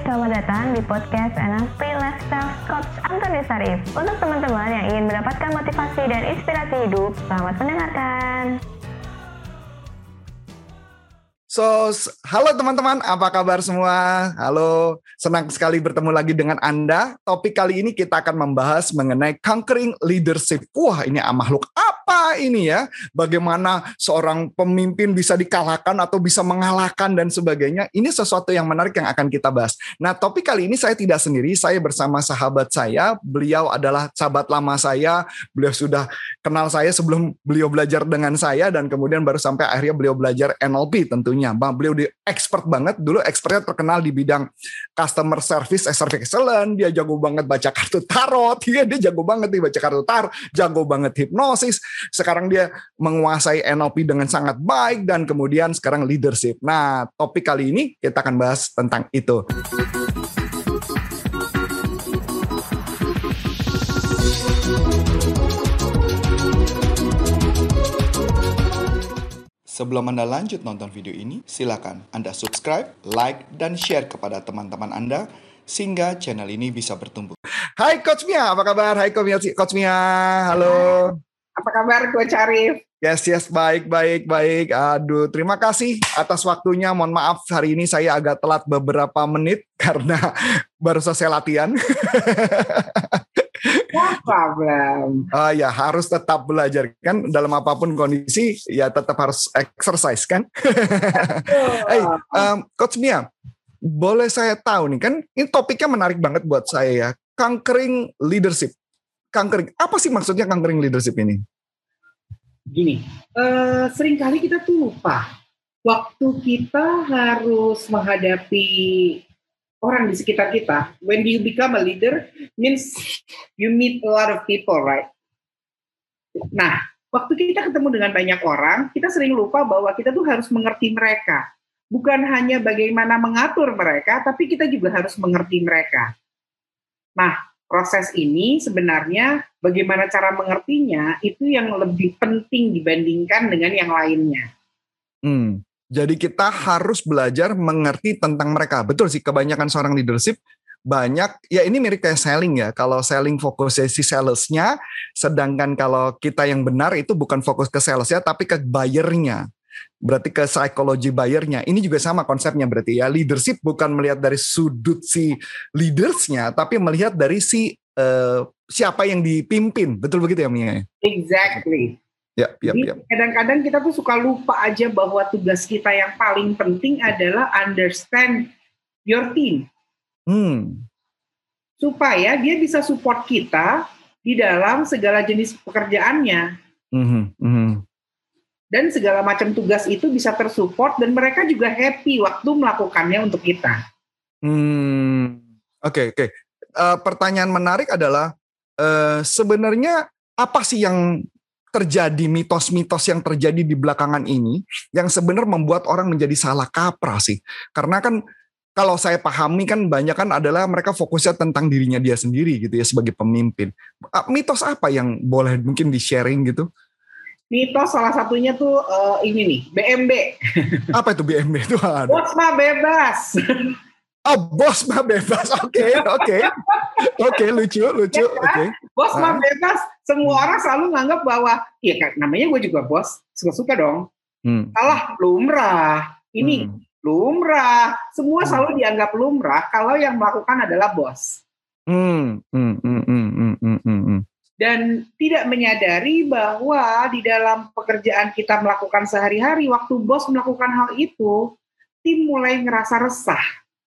selamat datang di podcast NLP Lifestyle Coach Antoni Sarif. Untuk teman-teman yang ingin mendapatkan motivasi dan inspirasi hidup, selamat mendengarkan. Halo teman-teman, apa kabar semua? Halo, senang sekali bertemu lagi dengan Anda. Topik kali ini kita akan membahas mengenai conquering leadership. Wah, ini makhluk apa ini ya? Bagaimana seorang pemimpin bisa dikalahkan atau bisa mengalahkan dan sebagainya. Ini sesuatu yang menarik yang akan kita bahas. Nah, topik kali ini saya tidak sendiri, saya bersama sahabat saya. Beliau adalah sahabat lama saya. Beliau sudah kenal saya sebelum beliau belajar dengan saya dan kemudian baru sampai akhirnya beliau belajar NLP tentunya. Beliau expert banget, dulu expertnya terkenal di bidang customer service excellence, dia jago banget baca kartu tarot, dia jago banget nih baca kartu tarot, jago banget hipnosis, sekarang dia menguasai NLP dengan sangat baik, dan kemudian sekarang leadership. Nah, topik kali ini kita akan bahas tentang itu. Sebelum Anda lanjut nonton video ini, silakan Anda subscribe, like, dan share kepada teman-teman Anda, sehingga channel ini bisa bertumbuh. Hai Coach Mia, apa kabar? Hai Coach Mia, halo. Apa kabar Coach Arif? Yes, baik. Aduh, terima kasih atas waktunya. Mohon maaf, hari ini saya agak telat beberapa menit, karena baru selesai latihan. No problem. Ya harus tetap belajar kan, dalam apapun kondisi ya tetap harus exercise kan. Hey, Coach Mia, boleh saya tahu nih, kan ini topiknya menarik banget buat saya ya, conquering leadership. Conquering, apa sih maksudnya conquering leadership ini? Gini, seringkali kita tuh lupa waktu kita harus menghadapi orang di sekitar kita. When you become a leader, means you meet a lot of people, right? Nah, waktu kita ketemu dengan banyak orang, kita sering lupa bahwa kita tuh harus mengerti mereka. Bukan hanya bagaimana mengatur mereka, tapi kita juga harus mengerti mereka. Nah, proses ini sebenarnya bagaimana cara mengertinya itu yang lebih penting dibandingkan dengan yang lainnya. Jadi kita harus belajar mengerti tentang mereka. Betul sih, kebanyakan seorang leadership banyak, ya ini mirip kayak selling ya. Kalau selling fokusnya si salesnya, sedangkan kalau kita yang benar itu bukan fokus ke salesnya, tapi ke buyernya. Berarti ke psikologi buyernya. Ini juga sama konsepnya berarti ya. Leadership bukan melihat dari sudut si leadersnya, tapi melihat dari si siapa yang dipimpin. Betul begitu ya Mia? Exactly. Jadi kadang-kadang kita tuh suka lupa aja bahwa tugas kita yang paling penting adalah understand your team. Supaya dia bisa support kita di dalam segala jenis pekerjaannya. Dan segala macam tugas itu bisa tersupport dan mereka juga happy waktu melakukannya untuk kita. Oke. Pertanyaan menarik adalah sebenarnya apa sih yang terjadi, mitos-mitos yang terjadi di belakangan ini yang sebenarnya membuat orang menjadi salah kaprah sih. Karena kan kalau saya pahami kan banyak kan adalah mereka fokusnya tentang dirinya dia sendiri gitu ya sebagai pemimpin. Mitos apa yang boleh mungkin di-sharing gitu? Mitos salah satunya tuh ini nih, BMB. Apa itu BMB itu? Bos mah bebas. Oh, bos mah bebas. Oke. Lucu. Ya, Oke. Bos mah bebas. Semua orang selalu nganggap bahwa, ya kan, namanya gue juga bos, suka-suka dong. Salah, lumrah. Ini lumrah. Semua selalu dianggap lumrah kalau yang melakukan adalah bos. Dan tidak menyadari bahwa di dalam pekerjaan kita melakukan sehari-hari, waktu bos melakukan hal itu, tim mulai ngerasa resah.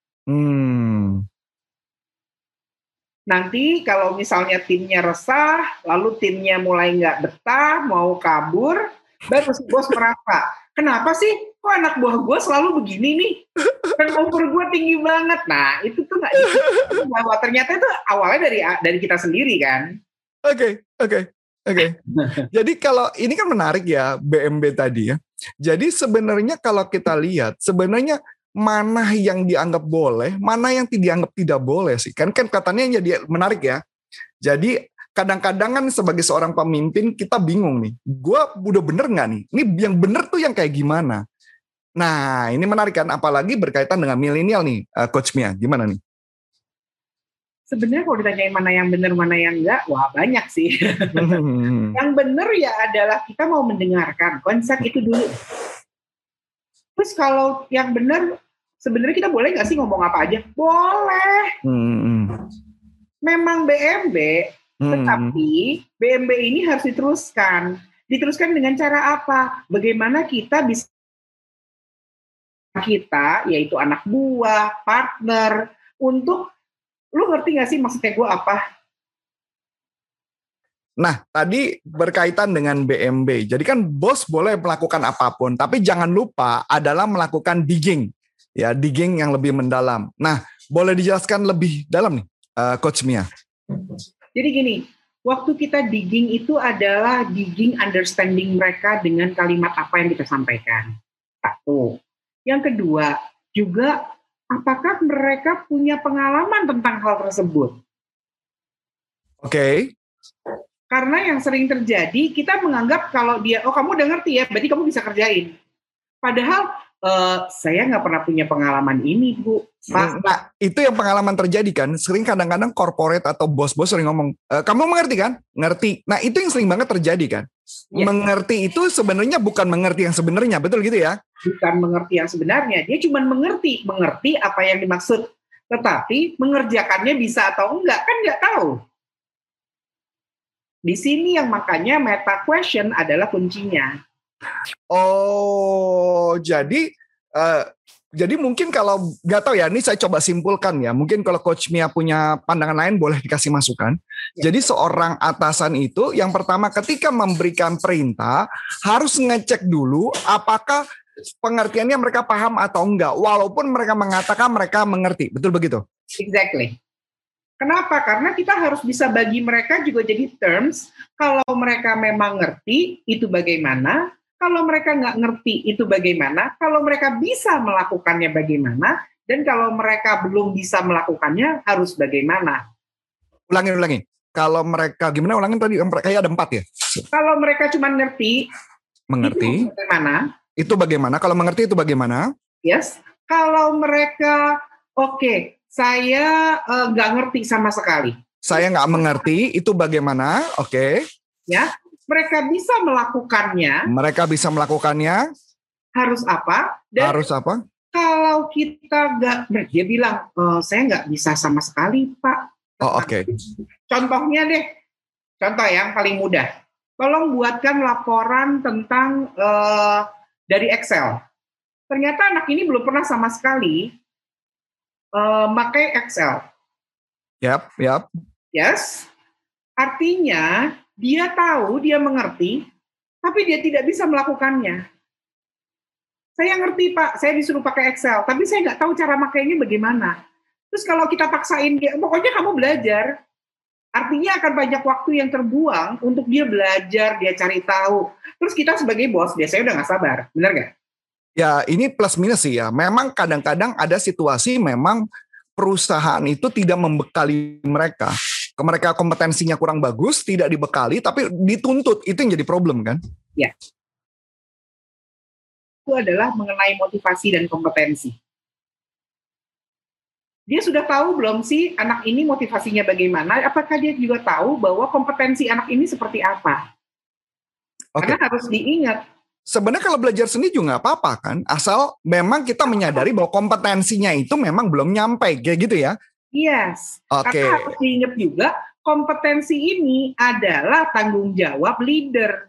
Nanti kalau misalnya timnya resah, lalu timnya mulai nggak betah, mau kabur, baru si bos merasa, kenapa sih kok anak buah gue selalu begini nih? Kan umur gue tinggi banget. Nah, itu tuh nggak bahwa ternyata itu awalnya dari kita sendiri kan. Oke. Jadi kalau ini kan menarik ya BMB tadi ya. Jadi sebenarnya kalau kita lihat sebenarnya mana yang dianggap boleh, mana yang dianggap tidak boleh sih. Kan katanya jadi menarik ya. Jadi kadang-kadang kan sebagai seorang pemimpin kita bingung nih. Gue udah bener nggak nih? Ini yang bener tuh yang kayak gimana? Nah, ini menarik kan, apalagi berkaitan dengan milenial nih, Coach Mia. Gimana nih? Sebenarnya kalau ditanyain mana yang benar, mana yang enggak, wah banyak sih. Yang benar ya adalah kita mau mendengarkan konsep itu dulu. Terus kalau yang benar, sebenarnya kita boleh nggak sih ngomong apa aja? Boleh. Memang BMB, tetapi BMB ini harus diteruskan. Diteruskan dengan cara apa? Bagaimana kita bisa yaitu anak buah, partner, untuk lu ngerti gak sih maksudnya gue apa? Nah, tadi berkaitan dengan BMB. Jadi kan bos boleh melakukan apapun, tapi jangan lupa adalah melakukan digging. Ya, digging yang lebih mendalam. Nah, boleh dijelaskan lebih dalam nih, Coach Mia. Jadi gini, waktu kita digging itu adalah digging understanding mereka dengan kalimat apa yang kita sampaikan. Satu. Yang kedua, juga apakah mereka punya pengalaman tentang hal tersebut? Oke. Karena yang sering terjadi, kita menganggap kalau dia, oh kamu udah ngerti ya, berarti kamu bisa kerjain. Padahal, saya nggak pernah punya pengalaman ini, Bu. Nah, itu yang pengalaman terjadi kan. Sering kadang-kadang corporate atau bos-bos sering ngomong, kamu mengerti kan? Ngerti. Nah, itu yang sering banget terjadi kan. Yes. Mengerti itu sebenarnya bukan mengerti yang sebenarnya, betul gitu ya? Bukan mengerti yang sebenarnya, dia cuma mengerti apa yang dimaksud. Tetapi mengerjakannya bisa atau enggak, kan nggak tahu. Di sini yang makanya meta question adalah kuncinya. Oh, jadi mungkin kalau nggak tahu ya, ini saya coba simpulkan ya. Mungkin kalau Coach Mia punya pandangan lain boleh dikasih masukan. Ya. Jadi seorang atasan itu yang pertama ketika memberikan perintah harus ngecek dulu apakah pengertiannya mereka paham atau enggak, walaupun mereka mengatakan mereka mengerti. Betul begitu? Exactly. Kenapa? Karena kita harus bisa bagi mereka juga jadi terms. Kalau mereka memang ngerti, itu bagaimana. Kalau mereka nggak ngerti, itu bagaimana. Kalau mereka bisa melakukannya, bagaimana. Dan kalau mereka belum bisa melakukannya, harus bagaimana. Ulangi. Kalau mereka, gimana ulangin tadi? Kayak ada 4 ya? Kalau mereka cuma mengerti. Itu bagaimana? Itu bagaimana? Kalau mengerti itu bagaimana? Yes. Kalau mereka, oke. Saya nggak ngerti sama sekali. Saya nggak mengerti, itu bagaimana? Oke. Ya, mereka bisa melakukannya. Harus apa? Dan harus apa? Kalau kita nggak, dia bilang, saya nggak bisa sama sekali, Pak. Oh, oke. Contohnya deh, contoh yang paling mudah. Tolong buatkan laporan tentang dari Excel. Ternyata anak ini belum pernah sama sekali pakai Excel. Yap. Yes. Artinya dia tahu, dia mengerti, tapi dia tidak bisa melakukannya. Saya ngerti Pak, saya disuruh pakai Excel, tapi saya nggak tahu cara makainya bagaimana. Terus kalau kita paksain dia, pokoknya kamu belajar. Artinya akan banyak waktu yang terbuang untuk dia belajar, dia cari tahu. Terus kita sebagai bos, biasanya udah nggak sabar, benar nggak? Ya, ini plus minus sih ya. Memang kadang-kadang ada situasi memang perusahaan itu tidak membekali mereka. Mereka kompetensinya kurang bagus, tidak dibekali, tapi dituntut. Itu yang jadi problem kan? Ya. Itu adalah mengenai motivasi dan kompetensi. Dia sudah tahu belum sih anak ini motivasinya bagaimana? Apakah dia juga tahu bahwa kompetensi anak ini seperti apa? Okay. Karena harus diingat. Sebenarnya kalau belajar seni juga nggak apa-apa kan, asal memang kita menyadari bahwa kompetensinya itu memang belum nyampe, kayak gitu ya? Yes. Okay. Karena harus diingat juga kompetensi ini adalah tanggung jawab leader.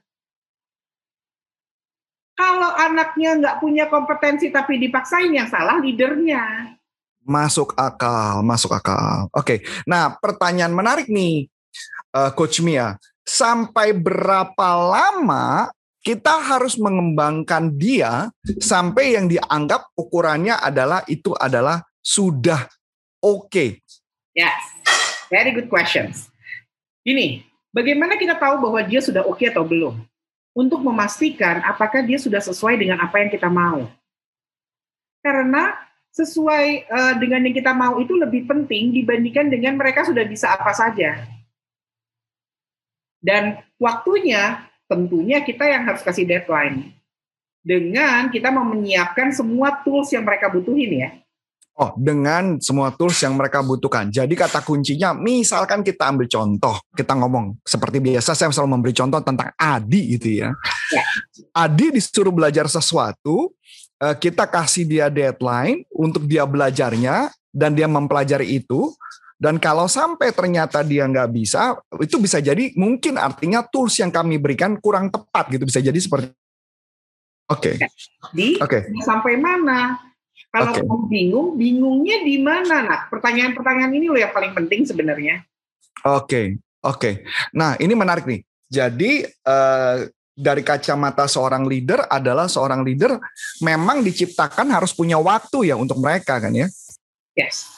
Kalau anaknya nggak punya kompetensi tapi dipaksain, yang salah leadernya. Masuk akal. Oke. Nah, pertanyaan menarik nih, Coach Mia. Sampai berapa lama kita harus mengembangkan dia sampai yang dianggap ukurannya adalah sudah oke? Yes, very good questions. Gini, bagaimana kita tahu bahwa dia sudah oke atau belum? Untuk memastikan apakah dia sudah sesuai dengan apa yang kita mau. Karena sesuai dengan yang kita mau itu lebih penting dibandingkan dengan mereka sudah bisa apa saja. Dan waktunya tentunya kita yang harus kasih deadline. Dengan kita mau menyiapkan semua tools yang mereka butuhin ya. Oh, dengan semua tools yang mereka butuhkan. Jadi kata kuncinya, misalkan kita ambil contoh, kita ngomong seperti biasa, saya selalu memberi contoh tentang Adi gitu ya. Ya. Adi disuruh belajar sesuatu, kita kasih dia deadline untuk dia belajarnya, dan dia mempelajari itu. Dan kalau sampai ternyata dia nggak bisa, itu bisa jadi mungkin artinya tools yang kami berikan kurang tepat gitu. Bisa jadi seperti Oke. Sampai mana? Kalau kamu bingung, bingungnya di mana? Nah, pertanyaan-pertanyaan ini loh yang paling penting sebenarnya. Oke. Nah, ini menarik nih. Jadi dari kacamata seorang leader adalah seorang leader memang diciptakan harus punya waktu ya untuk mereka kan ya? Yes.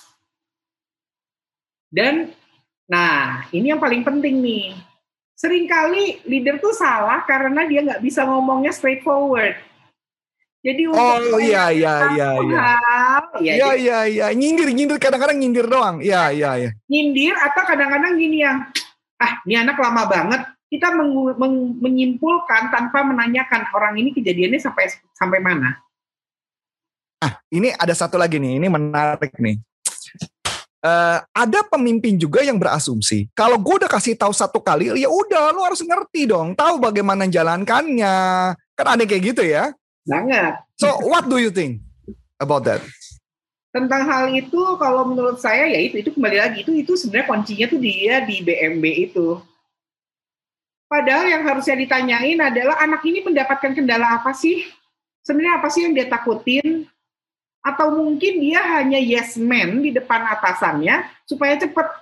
Dan, nah ini yang paling penting nih. Seringkali leader tuh salah karena dia nggak bisa ngomongnya straightforward. Jadi iya, nyindir kadang-kadang nyindir doang. Iya. Nyindir atau kadang-kadang gini yang, ini anak lama banget. Kita menyimpulkan tanpa menanyakan orang ini kejadiannya sampai mana. Ini ada satu lagi nih, ini menarik nih. Ada pemimpin juga yang berasumsi kalau gue udah kasih tahu satu kali, ya udah lo harus ngerti dong, tahu bagaimana jalankannya. Kan ada kayak gitu ya. Sangat. So what do you think about that? Tentang hal itu, kalau menurut saya ya itu kembali lagi itu sebenarnya kuncinya tuh dia di BMB itu. Padahal yang harusnya ditanyain adalah anak ini mendapatkan kendala apa sih? Sebenarnya apa sih yang dia takutin? Atau mungkin dia hanya yes man di depan atasannya supaya cepat.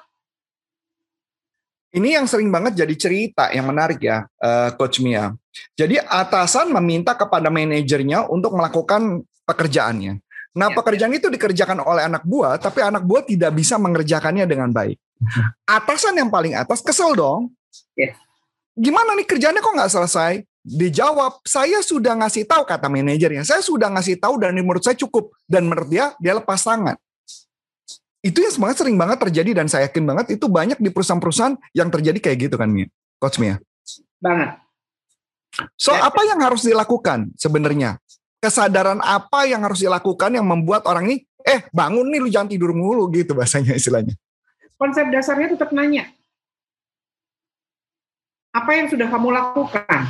Ini yang sering banget jadi cerita yang menarik ya, Coach Mia. Jadi atasan meminta kepada manajernya untuk melakukan pekerjaannya. Nah, pekerjaan itu dikerjakan oleh anak buah, tapi anak buah tidak bisa mengerjakannya dengan baik. Atasan yang paling atas kesel dong. Gimana nih kerjaannya kok nggak selesai? Dijawab, saya sudah ngasih tahu, kata manajernya. Saya sudah ngasih tahu dan menurut saya cukup. Dan menurut dia lepas tangan. Itu yang sebenarnya sering banget terjadi dan saya yakin banget itu banyak di perusahaan-perusahaan yang terjadi kayak gitu kan, Coach Mia? Banget. So, apa yang harus dilakukan sebenarnya? Kesadaran apa yang harus dilakukan yang membuat orang ini, bangun nih, lu jangan tidur mulu gitu bahasanya istilahnya. Konsep dasarnya tetap nanya. Apa yang sudah kamu lakukan?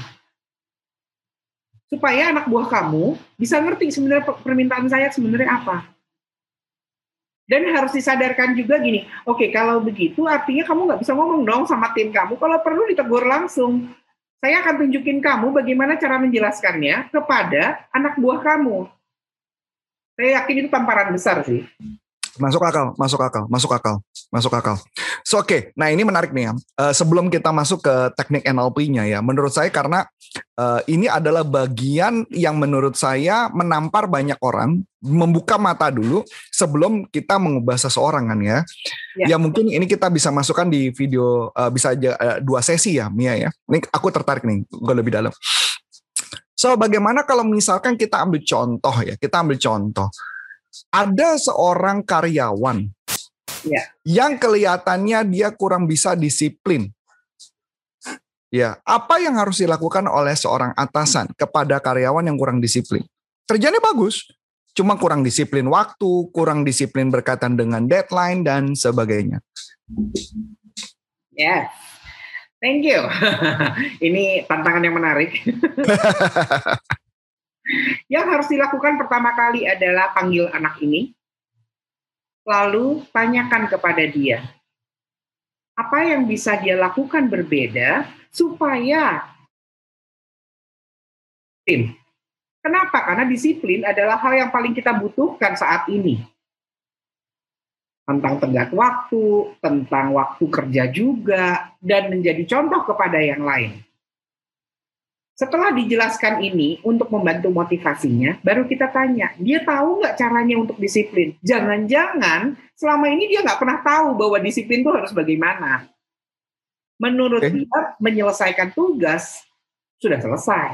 Supaya anak buah kamu bisa ngerti sebenarnya permintaan saya sebenarnya apa. Dan harus disadarkan juga gini, oke, kalau begitu artinya kamu nggak bisa ngomong dong sama tim kamu, kalau perlu ditegur langsung. Saya akan tunjukin kamu bagaimana cara menjelaskannya kepada anak buah kamu. Saya yakin itu tamparan besar sih. Masuk akal. So, oke. Nah, ini menarik nih ya. Sebelum kita masuk ke teknik NLP-nya ya, menurut saya karena ini adalah bagian yang menurut saya menampar banyak orang, membuka mata dulu sebelum kita mengubah seseorang kan ya. Ya mungkin ini kita bisa masukkan di video, bisa aja 2 sesi ya, Mia ya. Ini aku tertarik nih, gue lebih dalam. So, bagaimana kalau misalkan kita ambil contoh ya, ada seorang karyawan yang kelihatannya dia kurang bisa disiplin. Ya, apa yang harus dilakukan oleh seorang atasan kepada karyawan yang kurang disiplin? Kerjanya bagus, cuma kurang disiplin waktu, kurang disiplin berkaitan dengan deadline dan sebagainya. Thank you. Ini tantangan yang menarik. Yang harus dilakukan pertama kali adalah panggil anak ini, lalu tanyakan kepada dia, apa yang bisa dia lakukan berbeda supaya disiplin. Kenapa? Karena disiplin adalah hal yang paling kita butuhkan saat ini. Tentang tenggat waktu, tentang waktu kerja juga, dan menjadi contoh kepada yang lain. Setelah dijelaskan ini untuk membantu motivasinya, baru kita tanya, dia tahu nggak caranya untuk disiplin? Jangan-jangan selama ini dia nggak pernah tahu bahwa disiplin itu harus bagaimana. Menurut dia, menyelesaikan tugas sudah selesai.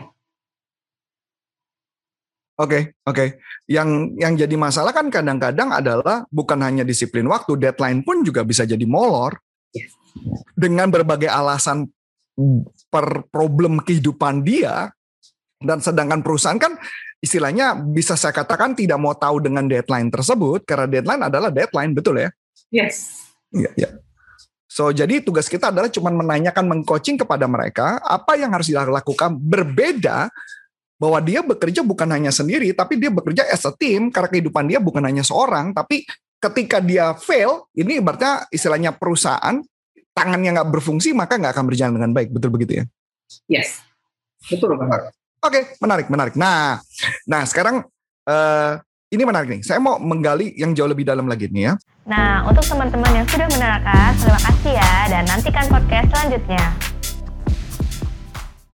Oke. Yang jadi masalah kan kadang-kadang adalah bukan hanya disiplin waktu, deadline pun juga bisa jadi molor. Dengan berbagai alasan per problem kehidupan dia, dan sedangkan perusahaan kan istilahnya bisa saya katakan tidak mau tahu dengan deadline tersebut karena deadline adalah deadline, betul ya? Yes. Iya, ya. So, jadi tugas kita adalah cuma menanyakan, meng-coaching kepada mereka apa yang harus dilakukan, berbeda bahwa dia bekerja bukan hanya sendiri, tapi dia bekerja as a team, karena kehidupan dia bukan hanya seorang, tapi ketika dia fail, ini ibaratnya istilahnya perusahaan, tangannya nggak berfungsi, maka nggak akan berjalan dengan baik, betul begitu ya? Yes, betul banget. Oke, menarik. Nah sekarang ini menarik nih. Saya mau menggali yang jauh lebih dalam lagi nih ya. Nah, untuk teman-teman yang sudah menerangkan, terima kasih ya, dan nantikan podcast selanjutnya.